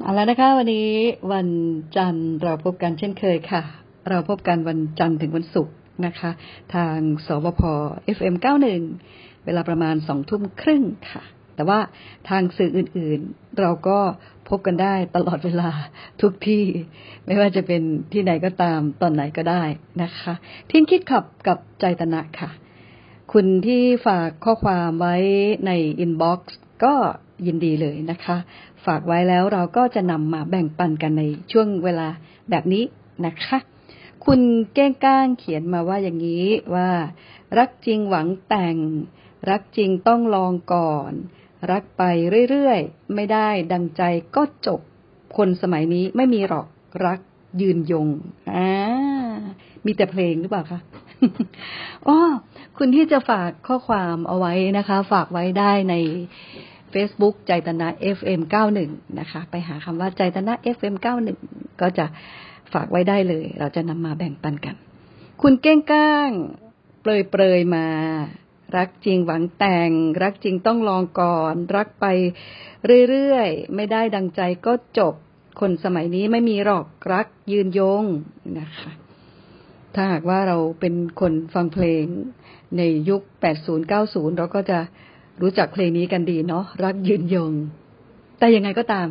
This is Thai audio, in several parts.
เอาละนะคะวันนี้วันจันทร์เราพบกันเช่นเคยค่ะเราพบกันวันจันทร์ถึงวันศุกร์นะคะทางสวพ FM 91เวลาประมาณ 20:30 น.ค่ะแต่ว่าทางสื่ออื่นๆเราก็พบกันได้ตลอดเวลาทุกที่ไม่ว่าจะเป็นที่ไหนก็ตามตอนไหนก็ได้นะคะทิ้งคิดขับกับใจตนะค่ะคุณที่ฝากข้อความไว้ในอินบ็อกซ์ก็ยินดีเลยนะคะฝากไว้แล้วเราก็จะนำมาแบ่งปันกันในช่วงเวลาแบบนี้นะคะคุณเก้งก้างเขียนมาว่าอย่างนี้ว่ารักจริงหวังแต่งรักจริงต้องลองก่อนรักไปเรื่อยๆไม่ได้ดังใจก็จบคนสมัยนี้ไม่มีหรอกรักยืนยงมีแต่เพลงหรือเปล่าคะ อ๋อคุณที่จะฝากข้อความเอาไว้นะคะฝากไว้ได้ใน Facebook ใจตนะ FM 91นะคะไปหาคำว่าใจตนะ FM 91ก็จะฝากไว้ได้เลยเราจะนำมาแบ่งปันกันคุณเก้งก้างเปรยมารักจริงหวังแต่งรักจริงต้องลองก่อนรักไปเรื่อยๆไม่ได้ดังใจก็จบคนสมัยนี้ไม่มีหรอกรักยืนยงนะคะถ้าหากว่าเราเป็นคนฟังเพลงในยุค 80-90 เราก็จะรู้จักเพลงนี้กันดีเนาะรักยืนยงแต่ยังไงก็ตาม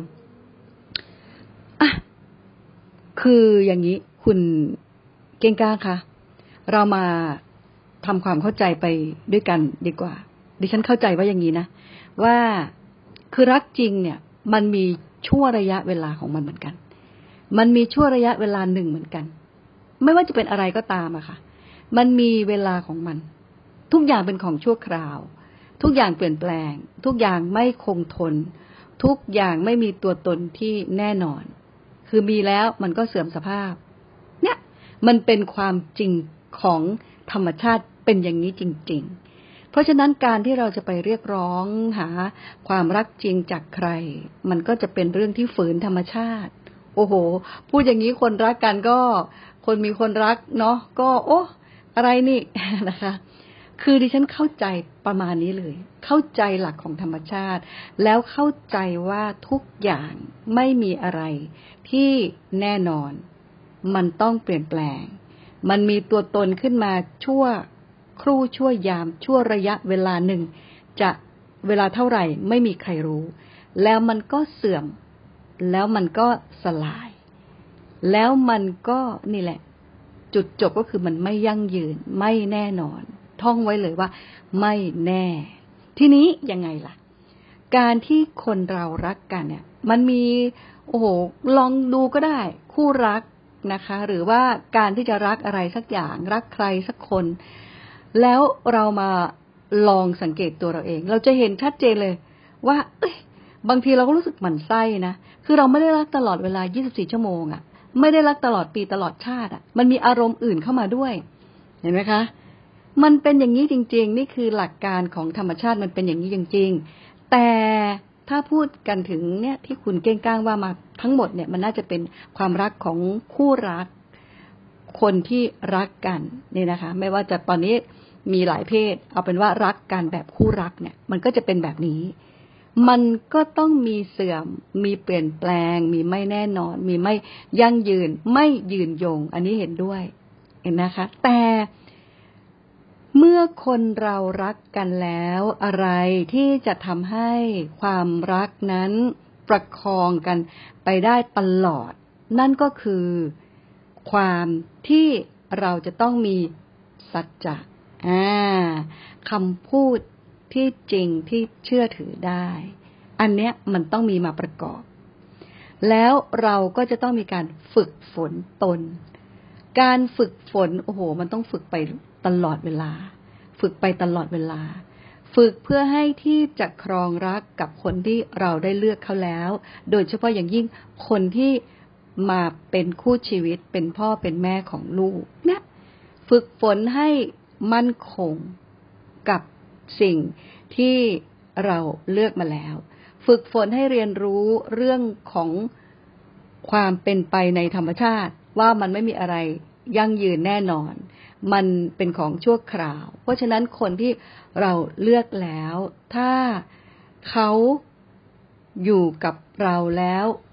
คืออย่างนี้คุณเก้งก้างคะเรามาทำความเข้าใจไปด้วยกันดีกว่าดิฉันเข้าใจว่าอย่างนี้นะว่าคือรักจริงเนี่ยมันมีช่วงระยะเวลาของมันเหมือนกันมันมีช่วงระยะเวลาหนึ่งเหมือนกันไม่ว่าจะเป็นอะไรก็ตามอะค่ะมันมีเวลาของมันทุกอย่างเป็นของชั่วคราวทุกอย่างเปลี่ยนแปลงทุกอย่างไม่คงทนทุกอย่างไม่มีตัวตนที่แน่นอนคือมีแล้วมันก็เสื่อมสภาพเนี่ยมันเป็นความจริงของธรรมชาติเป็นอย่างนี้จริงๆเพราะฉะนั้นการที่เราจะไปเรียกร้องหาความรักจริงจากใครมันก็จะเป็นเรื่องที่ฝืนธรรมชาติโอ้โหพูดอย่างนี้คนรักกันก็คนมีคนรักเนาะก็โอ้อะไรนี่นะคะคือดิฉันเข้าใจประมาณนี้เลยเข้าใจหลักของธรรมชาติแล้วเข้าใจว่าทุกอย่างไม่มีอะไรที่แน่นอนมันต้องเปลี่ยนแปลงมันมีตัวตนขึ้นมาชั่วครู่ชั่วยามชั่วระยะเวลาหนึ่งจะเวลาเท่าไหร่ไม่มีใครรู้แล้วมันก็เสื่อมแล้วมันก็สลายแล้วมันก็นี่แหละจุดจบก็คือมันไม่ยั่งยืนไม่แน่นอนท่องไว้เลยว่าไม่แน่ทีนี้ยังไงล่ะการที่คนเรารักกันเนี่ยมันมีโอ้โหลองดูก็ได้คู่รักนะคะหรือว่าการที่จะรักอะไรสักอย่างรักใครสักคนแล้วเรามาลองสังเกตตัวเราเองเราจะเห็นชัดเจนเลยว่าบางทีเราก็รู้สึกหมั่นไส้นะคือเราไม่ได้รักตลอดเวลา24ชั่วโมงอ่ะไม่ได้รักตลอดปีตลอดชาติอ่ะมันมีอารมณ์อื่นเข้ามาด้วยเห็นไหมคะมันเป็นอย่างนี้จริงๆนี่คือหลักการของธรรมชาติมันเป็นอย่างนี้จริงๆแต่ถ้าพูดกันถึงเนี่ยที่คุณเก้งก้างว่ามาทั้งหมดเนี่ยมันน่าจะเป็นความรักของคู่รักคนที่รักกันนี่นะคะไม่ว่าจะตอนนี้มีหลายเพศเอาเป็นว่ารักกันแบบคู่รักเนี่ยมันก็จะเป็นแบบนี้มันก็ต้องมีเสื่อมมีเปลี่ยนแปลงมีไม่แน่นอนมีไม่ยั่งยืนไม่ยืนยงอันนี้เห็นด้วยเห็นนะคะแต่เมื่อคนเรารักกันแล้วอะไรที่จะทำให้ความรักนั้นประคองกันไปได้ตลอดนั่นก็คือความที่เราจะต้องมีสัจจะคำพูดที่จริงที่เชื่อถือได้อันเนี้ยมันต้องมีมาประกอบแล้วเราก็จะต้องมีการฝึกฝนตนการฝึกฝนโอ้โหมันต้องฝึกไปตลอดเวลาฝึกไปตลอดเวลาฝึกเพื่อให้ที่จะครองรักกับคนที่เราได้เลือกเขาแล้วโดยเฉพาะอย่างยิ่งคนที่มาเป็นคู่ชีวิตเป็นพ่อเป็นแม่ของลูกเนี่ยฝึกฝนให้มั่นคงกับสิ่งที่เราเลือกมาแล้วฝึกฝนให้เรียนรู้เรื่องของความเป็นไปในธรรมชาติว่ามันไม่มีอะไรยั่งยืนแน่นอนมันเป็นของชั่วคราวเพราะฉะนั้นคนที่เราเลือกแล้วถ้าเขาอยู่กับเราแล้ว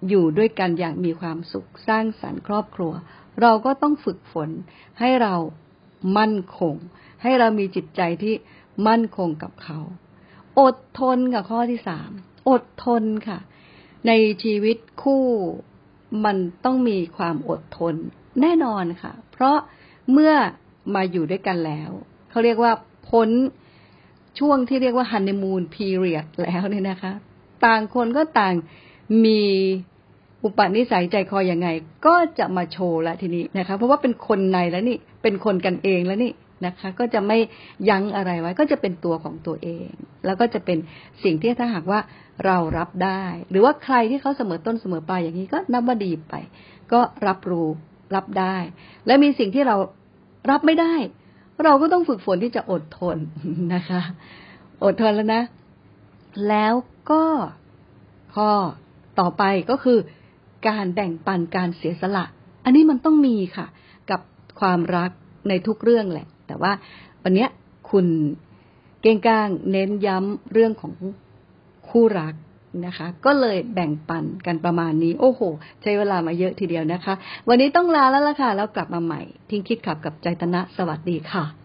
อยู่ด้วยกันอย่างมีความสุขสร้างสรรค์ครอบครัวเราก็ต้องฝึกฝนให้เรามั่นคงให้เรามีจิตใจที่มั่นคงกับเขาอดทนกับข้อที่3อดทนค่ะในชีวิตคู่มันต้องมีความอดทนแน่นอนค่ะเพราะเมื่อมาอยู่ด้วยกันแล้วเขาเรียกว่าพ้นช่วงที่เรียกว่าฮันนีมูนพีเรียดแล้วเนี่ยนะคะต่างคนก็ต่างมีอุปนิสัยใจคอยังไงก็จะมาโชว์ละทีนี้นะคะเพราะว่าเป็นคนในแล้วนี่เป็นคนกันเองแล้วนี่นะคะก็จะไม่ยั้งอะไรไว้ก็จะเป็นตัวของตัวเองแล้วก็จะเป็นสิ่งที่ถ้าหากว่าเรารับได้หรือว่าใครที่เขาเสมอต้นเสมอปลายอย่างนี้ก็นับว่าดีไปก็รับรู้รับได้และมีสิ่งที่เรารับไม่ได้เราก็ต้องฝึกฝนที่จะอดทนนะคะอดทนแล้วนะแล้วก็ข้อต่อไปก็คือการแบ่งปันการเสียสละอันนี้มันต้องมีค่ะกับความรักในทุกเรื่องแหละแต่ว่าวันนี้คุณเก้งก้างเน้นย้ำเรื่องของคู่รักนะคะก็เลยแบ่งปันกันประมาณนี้โอ้โหใช้เวลามาเยอะทีเดียวนะคะวันนี้ต้องลาแล้วล่ะค่ะแล้วกลับมาใหม่ทิ้งคิดขับกับใจตนะสวัสดีค่ะ